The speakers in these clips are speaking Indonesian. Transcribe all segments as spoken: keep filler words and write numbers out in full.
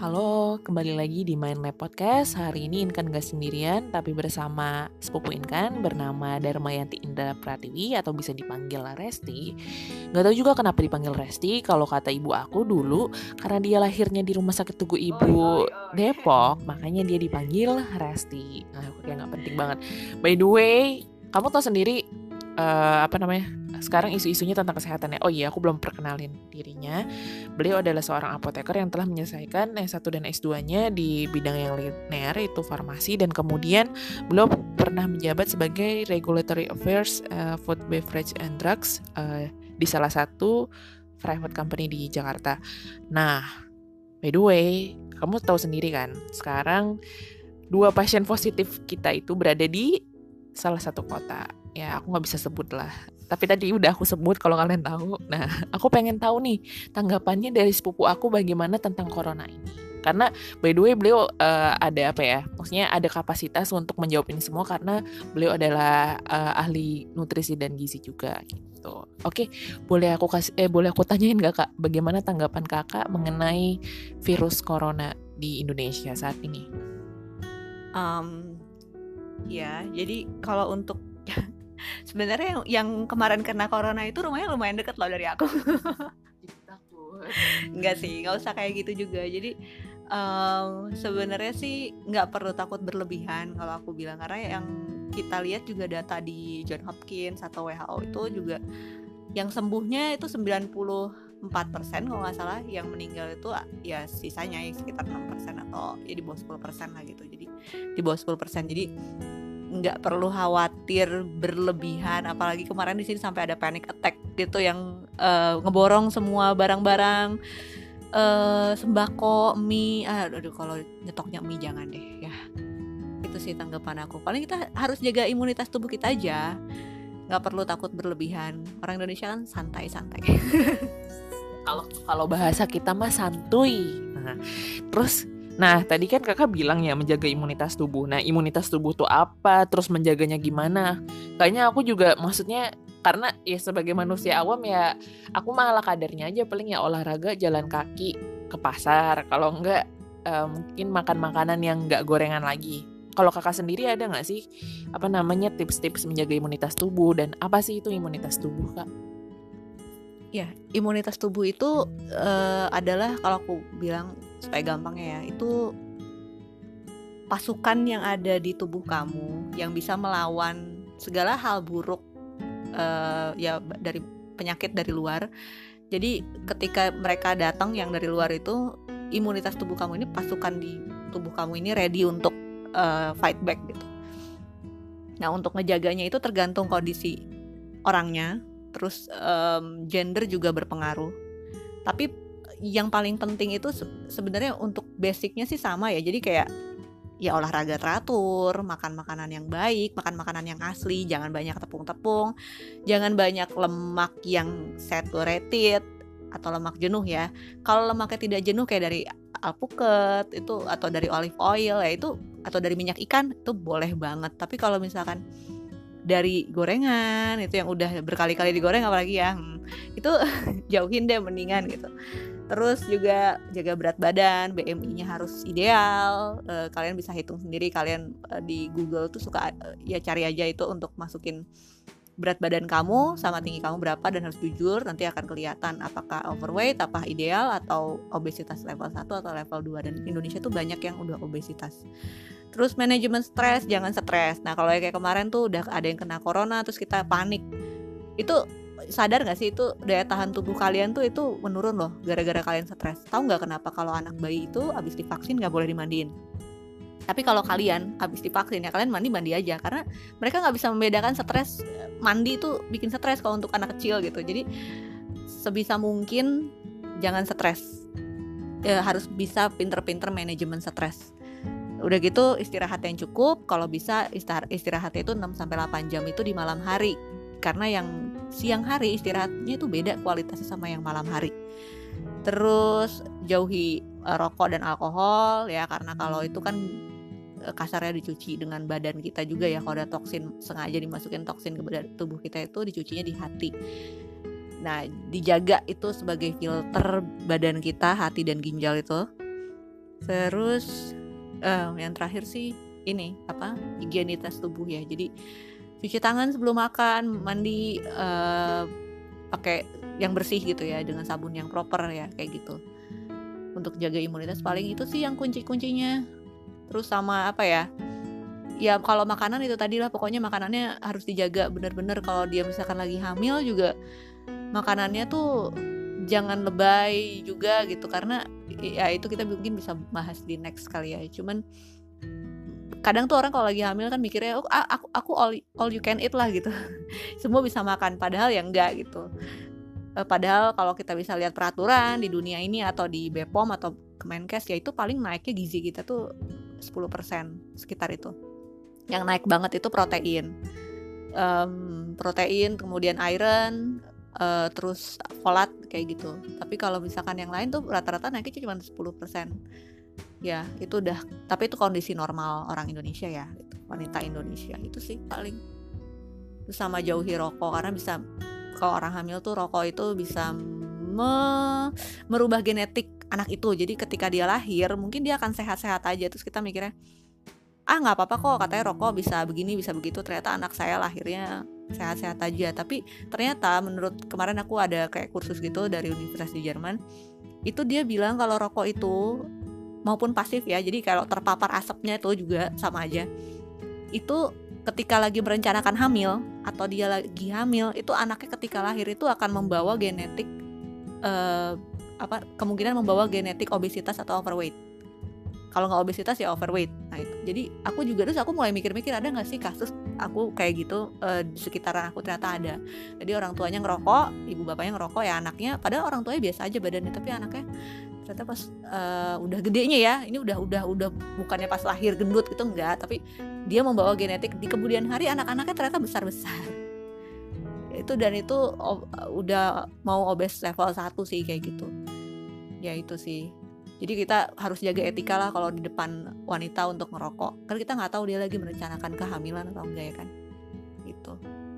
Halo, kembali lagi di Main Lab Podcast. Hari ini Inkan gak sendirian, tapi bersama sepupu Inkan bernama Darmayanti Indra Pratiwi atau bisa dipanggil Resti. Gak tahu juga kenapa dipanggil Resti, kalau kata ibu aku dulu, karena dia lahirnya di Rumah Sakit Tugu Ibu Depok, makanya dia dipanggil Resti. Nah, kayak gak penting banget. By the way, kamu tahu sendiri, uh, apa namanya, sekarang isu-isunya tentang kesehatan ya. Oh iya, aku belum perkenalin dirinya. Beliau adalah seorang apoteker yang telah menyelesaikan S satu dan S dua-nya di bidang yang linear, yaitu farmasi, dan kemudian beliau pernah menjabat sebagai Regulatory Affairs uh, Food, Beverage, and Drugs uh, di salah satu private company di Jakarta. Nah, by the way, kamu tahu sendiri kan, sekarang dua pasien positif kita itu berada di salah satu kota. Ya, aku nggak bisa sebut lah. Tapi tadi udah aku sebut kalau kalian tahu. Nah, aku pengen tahu nih tanggapannya dari sepupu aku bagaimana tentang corona ini. Karena by the way beliau uh, ada apa ya? Maksudnya ada kapasitas untuk menjawab ini semua karena beliau adalah uh, ahli nutrisi dan gizi juga gitu. Oke, boleh aku kasih eh boleh aku tanyain gak Kak, bagaimana tanggapan Kakak mengenai virus corona di Indonesia saat ini? Um, ya, jadi kalau untuk sebenarnya yang, yang kemarin kena corona itu rumahnya lumayan deket loh dari aku. Enggak sih, nggak usah kayak gitu juga. Jadi um, sebenarnya sih nggak perlu takut berlebihan kalau aku bilang, karena yang kita lihat juga data di John Hopkins atau W H O itu juga yang sembuhnya itu sembilan puluh empat persen kalau nggak salah, yang meninggal itu ya sisanya ya sekitar enam persen atau ya di bawah sepuluh persen lah gitu. Jadi di bawah sepuluh persen. Jadi nggak perlu khawatir berlebihan, apalagi kemarin di sini sampai ada panic attack gitu yang uh, ngeborong semua barang-barang uh, sembako, mie. Aduh, aduh kalau nyetoknya mie jangan deh ya. Itu sih tanggapan aku. Paling kita harus jaga imunitas tubuh kita aja, nggak perlu takut berlebihan. Orang Indonesia kan santai-santai. Kalau kalau bahasa kita mah santuy. Nah, terus Nah, tadi kan kakak bilang ya menjaga imunitas tubuh. Nah, imunitas tubuh tuh apa? Terus menjaganya gimana? Kayaknya aku juga maksudnya karena ya sebagai manusia awam ya aku malah kadarnya aja paling ya olahraga, jalan kaki, ke pasar. Kalau enggak uh, mungkin makan makanan yang enggak gorengan lagi. Kalau kakak sendiri ada nggak sih apa namanya tips-tips menjaga imunitas tubuh, dan apa sih itu imunitas tubuh, Kak? Ya, imunitas tubuh itu uh, adalah kalau aku bilang supaya gampangnya ya, itu pasukan yang ada di tubuh kamu yang bisa melawan segala hal buruk uh, ya dari penyakit dari luar. Jadi ketika mereka datang yang dari luar itu, imunitas tubuh kamu ini, pasukan di tubuh kamu ini ready untuk uh, fight back gitu. Nah, untuk ngejaganya itu tergantung kondisi orangnya. Terus um, gender juga berpengaruh. Tapi yang paling penting itu se- sebenarnya untuk basicnya sih sama ya. Jadi kayak ya olahraga teratur, makan makanan yang baik, makan makanan yang asli, jangan banyak tepung-tepung, jangan banyak lemak yang saturated atau lemak jenuh ya. Kalau lemaknya tidak jenuh kayak dari alpukat itu atau dari olive oil ya itu, atau dari minyak ikan itu boleh banget. Tapi kalau misalkan dari gorengan itu yang udah berkali-kali digoreng apalagi ya, hmm, itu jauhin deh mendingan gitu. Terus juga jaga berat badan, B M I-nya harus ideal. E, kalian bisa hitung sendiri, kalian e, di Google tuh suka e, ya cari aja itu untuk masukin berat badan kamu sama tinggi kamu berapa, dan harus jujur, nanti akan kelihatan apakah overweight, apa ideal, atau obesitas level satu atau level dua. Dan Indonesia tuh banyak yang udah obesitas. Terus manajemen stres, jangan stres. Nah kalau kayak kemarin tuh udah ada yang kena corona terus kita panik, itu sadar gak sih itu daya tahan tubuh kalian tuh itu menurun loh gara-gara kalian stres. Tahu gak kenapa kalau anak bayi itu abis divaksin gak boleh dimandiin? Tapi kalau kalian abis divaksin ya kalian mandi-mandi aja, karena mereka gak bisa membedakan stres. Mandi itu bikin stres kalau untuk anak kecil gitu. Jadi sebisa mungkin jangan stres, ya, harus bisa pinter-pinter manajemen stres. Udah gitu istirahat yang cukup, kalau bisa istirahatnya itu enam sampai delapan jam itu di malam hari. Karena yang siang hari istirahatnya itu beda kualitasnya sama yang malam hari. Terus jauhi uh, rokok dan alkohol ya, karena kalau itu kan uh, kasarnya dicuci dengan badan kita juga ya. Kalau ada toksin, sengaja dimasukin toksin ke badan tubuh kita itu dicucinya di hati. Nah, dijaga itu sebagai filter badan kita, hati dan ginjal itu. Terus um, yang terakhir sih ini apa higienitas tubuh ya. Jadi cuci tangan sebelum makan, mandi uh, pakai yang bersih gitu ya, dengan sabun yang proper ya, kayak gitu. Untuk jaga imunitas paling itu sih yang kunci-kuncinya. Terus sama apa ya? Ya kalau makanan itu tadi lah, pokoknya makanannya harus dijaga bener-bener. Kalau dia misalkan lagi hamil juga makanannya tuh jangan lebay juga gitu, karena ya itu kita mungkin bisa bahas di next kali ya. Cuman kadang tuh orang kalau lagi hamil kan mikirnya oh, aku aku all, all you can eat lah gitu. Semua bisa makan, padahal ya enggak gitu. Padahal kalau kita bisa lihat peraturan di dunia ini atau di B P O M atau Kemenkes, ya itu paling naiknya gizi kita tuh sepuluh persen sekitar itu. Yang naik banget itu protein, um, protein kemudian iron, uh, terus folat kayak gitu. Tapi kalau misalkan yang lain tuh rata-rata naiknya cuma sepuluh persen. Ya itu udah, tapi itu kondisi normal orang Indonesia ya, gitu. Wanita Indonesia itu sih paling. Terus sama jauhi rokok, karena bisa, kalau orang hamil tuh rokok itu bisa me- merubah genetik anak itu. Jadi ketika dia lahir mungkin dia akan sehat-sehat aja, terus kita mikirnya ah nggak apa-apa kok, katanya rokok bisa begini bisa begitu, ternyata anak saya lahirnya sehat-sehat aja. Tapi ternyata menurut kemarin aku ada kayak kursus gitu dari universitas di Jerman, itu dia bilang kalau rokok itu maupun pasif ya, jadi kalau terpapar asapnya itu juga sama aja, itu ketika lagi merencanakan hamil atau dia lagi hamil, itu anaknya ketika lahir itu akan membawa genetik eh, apa kemungkinan membawa genetik obesitas atau overweight. Kalau nggak obesitas ya overweight. Nah itu. Jadi aku juga terus aku mulai mikir-mikir, ada nggak sih kasus aku kayak gitu uh, di sekitaran aku, ternyata ada. Jadi orang tuanya ngerokok, ibu bapaknya ngerokok, ya anaknya, padahal orang tuanya biasa aja badannya, tapi anaknya ternyata pas uh, udah gedenya ya, ini udah udah udah bukannya pas lahir gendut gitu, enggak, tapi dia membawa genetik di kemudian hari, anak-anaknya ternyata besar-besar. Itu dan itu ob, udah mau obes level satu sih kayak gitu. Ya itu sih. Jadi kita harus jaga etika lah kalau di depan wanita untuk ngerokok, karena kita nggak tahu dia lagi merencanakan kehamilan atau enggak ya kan, gitu.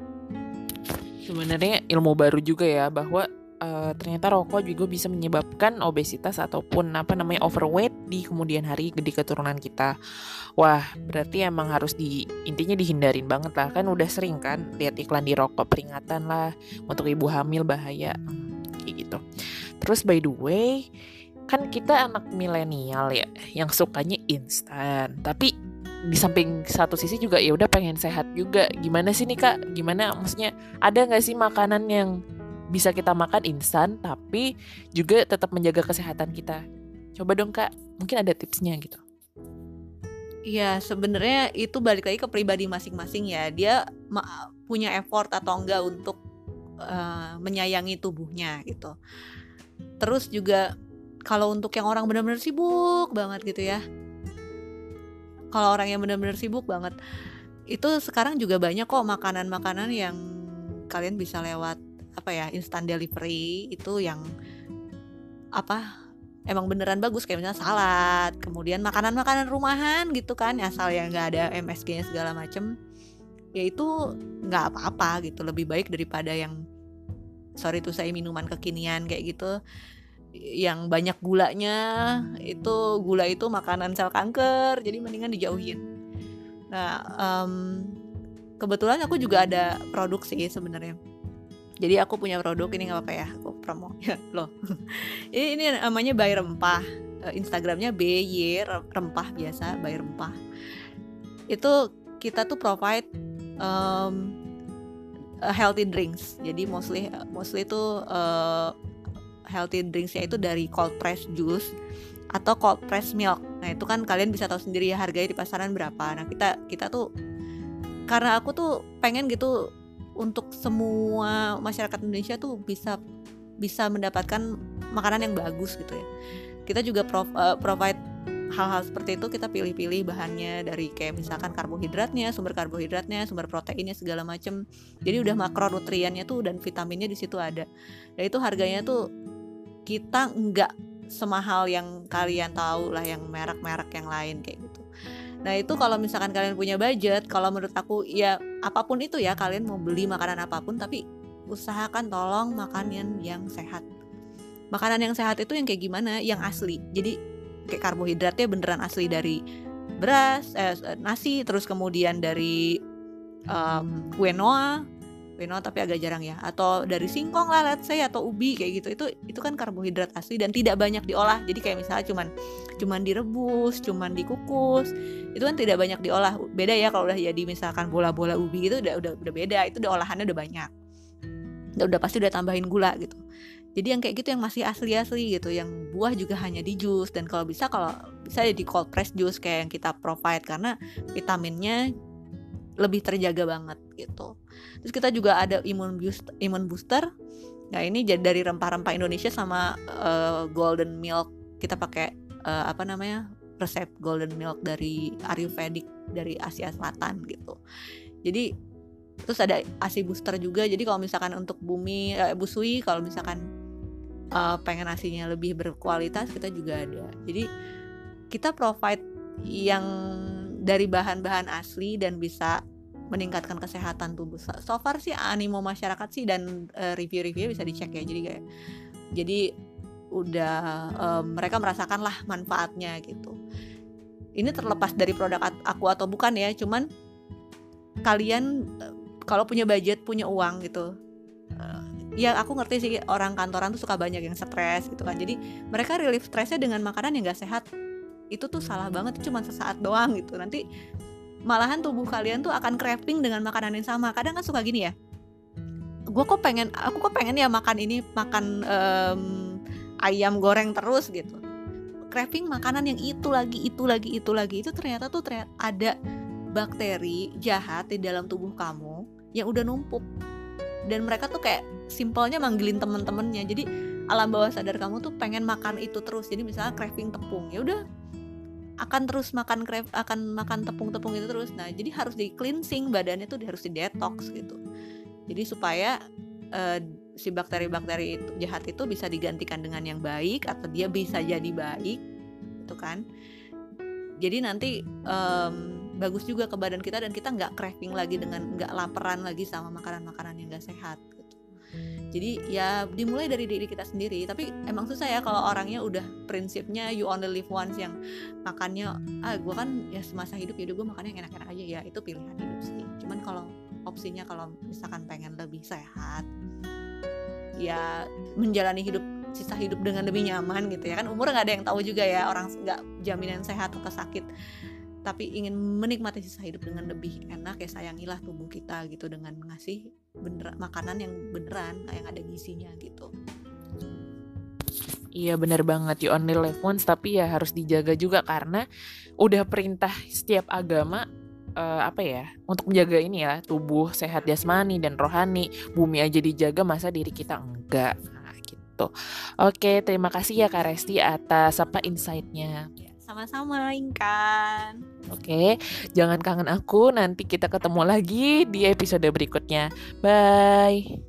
Sebenarnya ilmu baru juga ya, bahwa uh, ternyata rokok juga bisa menyebabkan obesitas ataupun apa namanya overweight di kemudian hari di keturunan kita. Wah, berarti emang harus di intinya dihindarin banget lah, kan udah sering kan lihat iklan di rokok peringatan lah untuk ibu hamil bahaya kayak gitu. Terus by the way, kan kita anak milenial ya, yang sukanya instan. Tapi di samping satu sisi juga ya udah pengen sehat juga. Gimana sih nih Kak? Gimana maksudnya, ada nggak sih makanan yang bisa kita makan instan tapi juga tetap menjaga kesehatan kita? Coba dong Kak, mungkin ada tipsnya gitu. Iya, sebenarnya itu balik lagi ke pribadi masing-masing ya. Dia ma- punya effort atau enggak untuk uh, menyayangi tubuhnya gitu. Terus juga kalau untuk yang orang benar-benar sibuk banget gitu ya, kalau orang yang benar-benar sibuk banget, itu sekarang juga banyak kok makanan-makanan yang kalian bisa lewat apa ya, instant delivery, itu yang apa emang beneran bagus, kayak misalnya salad, kemudian makanan-makanan rumahan gitu kan, asal yang nggak ada M S G-nya segala macem, ya itu nggak apa-apa gitu, lebih baik daripada yang sorry tuh saya minuman kekinian kayak gitu yang banyak gulanya. Itu gula itu makanan sel kanker, jadi mendingan dijauhin. Nah um, kebetulan aku juga ada produk sih sebenarnya, jadi aku punya produk ini, nggak apa-apa ya aku promo ya loh. ini, ini namanya By Rempah, Instagramnya B Y Rempah biasa, By Rempah. Itu kita tuh provide um, healthy drinks, jadi mostly mostly tuh uh, healthy drinksnya itu dari cold press juice atau cold press milk. Nah itu kan kalian bisa tahu sendiri ya harganya di pasaran berapa. Nah kita kita tuh, karena aku tuh pengen gitu untuk semua masyarakat Indonesia tuh bisa bisa mendapatkan makanan yang bagus gitu ya. Kita juga prov, uh, provide hal-hal seperti itu, kita pilih-pilih bahannya dari kayak misalkan karbohidratnya, sumber karbohidratnya, sumber proteinnya segala macem. Jadi udah makronutriennya tuh dan vitaminnya di situ ada. Dan itu harganya tuh kita nggak semahal yang kalian tahu lah, yang merek-merek yang lain kayak gitu. Nah itu kalau misalkan kalian punya budget, kalau menurut aku ya apapun itu ya, kalian mau beli makanan apapun, tapi usahakan tolong makanan yang sehat. Makanan yang sehat itu yang kayak gimana? Yang asli. Jadi kayak karbohidratnya beneran asli dari beras, eh, nasi, terus kemudian dari um, quinoa, quinoa tapi agak jarang ya, atau dari singkong lah let's say, atau ubi kayak gitu. Itu itu kan karbohidrat asli dan tidak banyak diolah. Jadi kayak misalnya cuman cuman direbus, cuman dikukus, itu kan tidak banyak diolah. Beda ya kalau udah jadi misalkan bola-bola ubi gitu, udah udah udah beda. Itu udah olahannya udah banyak. Udah, udah pasti udah tambahin gula gitu. Jadi yang kayak gitu yang masih asli-asli gitu, yang buah juga hanya di jus, dan kalau bisa kalau bisa ya di cold press juice kayak yang kita provide, karena vitaminnya lebih terjaga banget gitu. Terus kita juga ada imun booster, imun booster. Nah ini jadi dari rempah-rempah Indonesia sama uh, golden milk. Kita pakai uh, apa namanya resep golden milk dari Ayurvedic dari Asia Selatan gitu. Jadi terus ada A S I booster juga. Jadi kalau misalkan untuk Bumi uh, busui, kalau misalkan uh, pengen asinya lebih berkualitas, kita juga ada. Jadi kita provide yang dari bahan-bahan asli dan bisa meningkatkan kesehatan tubuh. So far sih animo masyarakat sih, dan uh, review-review bisa dicek ya. Jadi kayak jadi udah uh, mereka merasakan lah manfaatnya gitu. Ini terlepas dari produk aku atau bukan ya, cuman kalian uh, kalau punya budget, punya uang gitu, uh, ya aku ngerti sih orang kantoran tuh suka banyak yang stres gitu kan. Jadi mereka relief stresnya dengan makanan yang gak sehat. Itu tuh salah banget, itu cuma sesaat doang gitu. Nanti malahan tubuh kalian tuh akan craving dengan makanan yang sama. Kadang kan suka gini ya, gue kok pengen, aku kok pengen ya makan ini, makan um, ayam goreng terus gitu. Craving makanan yang itu lagi, itu lagi, itu lagi. Itu ternyata tuh ternyata ada bakteri jahat di dalam tubuh kamu yang udah numpuk. Dan mereka tuh kayak simpelnya manggilin temen-temennya. Jadi alam bawah sadar kamu tuh pengen makan itu terus. Jadi misalnya craving tepung, ya udah akan terus makan crave, akan makan tepung-tepung itu terus. Nah, jadi harus di cleansing badannya tuh, harus di detox gitu. Jadi supaya uh, si bakteri-bakteri itu, jahat itu bisa digantikan dengan yang baik, atau dia bisa jadi baik, gitu kan. Jadi nanti um, bagus juga ke badan kita, dan kita nggak craving lagi, dengan nggak laparan lagi sama makanan-makanan yang nggak sehat gitu. Jadi ya dimulai dari diri kita sendiri. Tapi emang susah ya kalau orangnya udah prinsipnya you only live once, yang makannya ah gue kan ya semasa hidup, ya udah gue makannya yang enak-enak aja, ya itu pilihan hidup sih. Cuman kalau opsinya kalau misalkan pengen lebih sehat, ya menjalani hidup, sisa hidup dengan lebih nyaman gitu ya kan. Umur nggak ada yang tahu juga ya, orang nggak jaminan sehat atau sakit. Tapi ingin menikmati sisa hidup dengan lebih enak, ya sayangilah tubuh kita gitu, dengan ngasih bener makanan yang beneran, yang ada gizinya gitu. Iya benar banget, you only live once, tapi ya harus dijaga juga, karena udah perintah setiap agama uh, apa ya, untuk menjaga ini ya, tubuh sehat jasmani dan rohani. Bumi aja dijaga, masa diri kita enggak? Nah gitu. Oke, terima kasih ya Kak Resti atas apa insight-nya. Sama-sama Inkan. Oke, jangan kangen aku. Nanti kita ketemu lagi di episode berikutnya. Bye.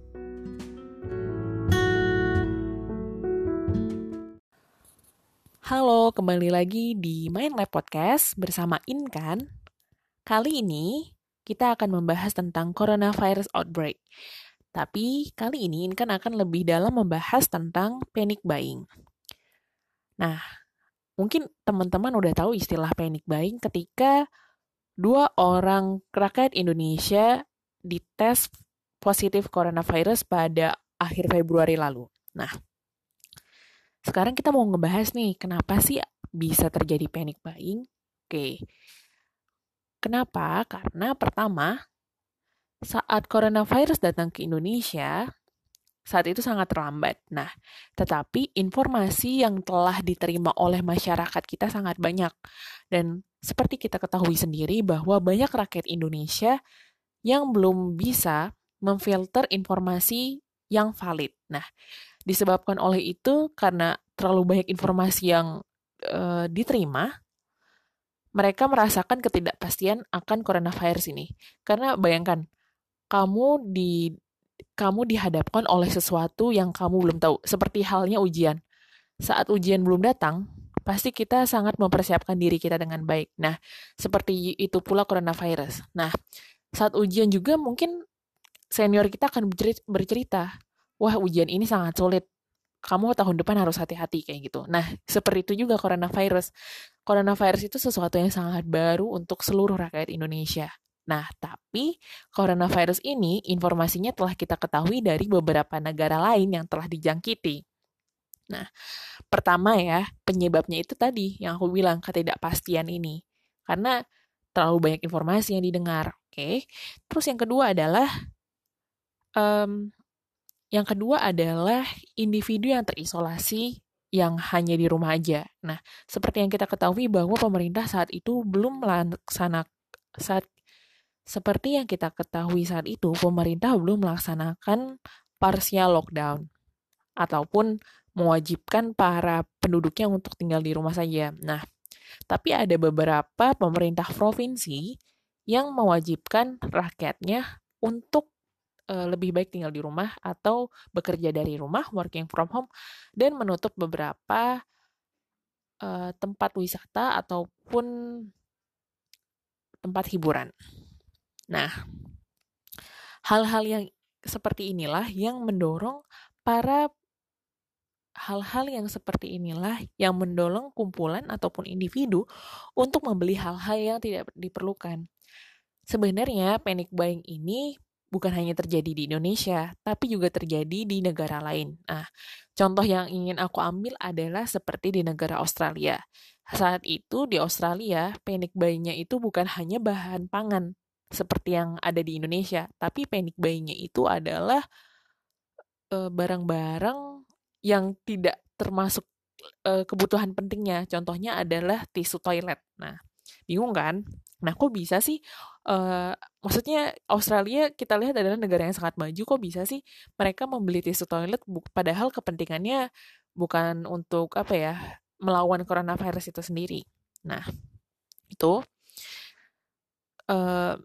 Halo, kembali lagi di Mind Lab Podcast bersama Inkan. Kali ini kita akan membahas tentang coronavirus outbreak. Tapi kali ini Inkan akan lebih dalam membahas tentang panic buying. Nah, mungkin teman-teman udah tahu istilah panic buying ketika dua orang rakyat Indonesia dites positif coronavirus pada akhir Februari lalu. Nah, sekarang kita mau ngebahas nih, kenapa sih bisa terjadi panic buying? Oke, kenapa? Karena pertama, saat coronavirus datang ke Indonesia, saat itu sangat terlambat. Nah, tetapi informasi yang telah diterima oleh masyarakat kita sangat banyak. Dan seperti kita ketahui sendiri bahwa banyak rakyat Indonesia yang belum bisa memfilter informasi yang valid. Nah, disebabkan oleh itu, karena terlalu banyak informasi yang uh, diterima, mereka merasakan ketidakpastian akan coronavirus ini. Karena bayangkan, kamu di kamu dihadapkan oleh sesuatu yang kamu belum tahu. Seperti halnya ujian. Saat ujian belum datang, pasti kita sangat mempersiapkan diri kita dengan baik. Nah, seperti itu pula coronavirus. Nah, saat ujian juga mungkin senior kita akan bercerita, wah ujian ini sangat sulit. kamu tahun depan harus hati-hati kayak gitu. Nah, seperti itu juga coronavirus. Coronavirus itu sesuatu yang sangat baru untuk seluruh rakyat Indonesia. Nah, tapi coronavirus ini informasinya telah kita ketahui dari beberapa negara lain yang telah dijangkiti. Nah, pertama ya, penyebabnya itu tadi yang aku bilang, ketidakpastian ini. Karena terlalu banyak informasi yang didengar, oke? Terus yang kedua adalah em, yang kedua adalah individu yang terisolasi yang hanya di rumah aja. Nah, seperti yang kita ketahui bahwa pemerintah saat itu belum melaksanakan saat seperti yang kita ketahui saat itu pemerintah belum melaksanakan partial lockdown ataupun mewajibkan para penduduknya untuk tinggal di rumah saja. Nah, tapi ada beberapa pemerintah provinsi yang mewajibkan rakyatnya untuk uh, lebih baik tinggal di rumah atau bekerja dari rumah, working from home, dan menutup beberapa uh, tempat wisata ataupun tempat hiburan. Nah, hal-hal yang seperti inilah yang mendorong para hal-hal yang seperti inilah yang mendorong kumpulan ataupun individu untuk membeli hal-hal yang tidak diperlukan. Sebenarnya panic buying ini bukan hanya terjadi di Indonesia, tapi juga terjadi di negara lain. Nah, contoh yang ingin aku ambil adalah seperti di negara Australia. Saat itu di Australia, panic buying-nya itu bukan hanya bahan pangan seperti yang ada di Indonesia, tapi panic buying-nya itu adalah uh, barang-barang yang tidak termasuk uh, kebutuhan pentingnya. Contohnya adalah tisu toilet. Nah, bingung kan? Nah, kok bisa sih? Uh, maksudnya Australia kita lihat adalah negara yang sangat maju. Kok bisa sih mereka membeli tisu toilet? Padahal kepentingannya bukan untuk apa ya, melawan coronavirus itu sendiri. Nah, itu uh,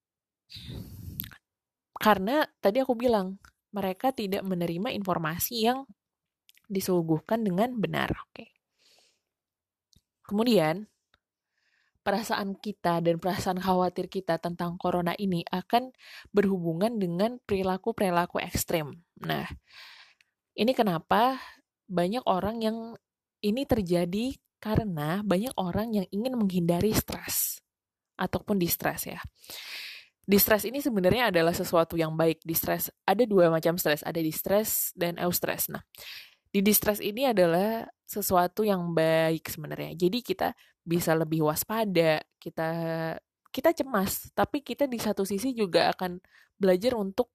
karena tadi aku bilang mereka tidak menerima informasi yang disuguhkan dengan benar. Oke. Kemudian, perasaan kita dan perasaan khawatir kita tentang corona ini akan berhubungan dengan perilaku-perilaku ekstrem. Nah, ini kenapa banyak orang yang ini terjadi karena banyak orang yang ingin menghindari stres ataupun distress ya. Distress ini sebenarnya adalah sesuatu yang baik. Distress ada dua macam stres, ada distress dan eustress. Nah, di distress ini adalah sesuatu yang baik sebenarnya. Jadi kita bisa lebih waspada, kita kita cemas, tapi kita di satu sisi juga akan belajar untuk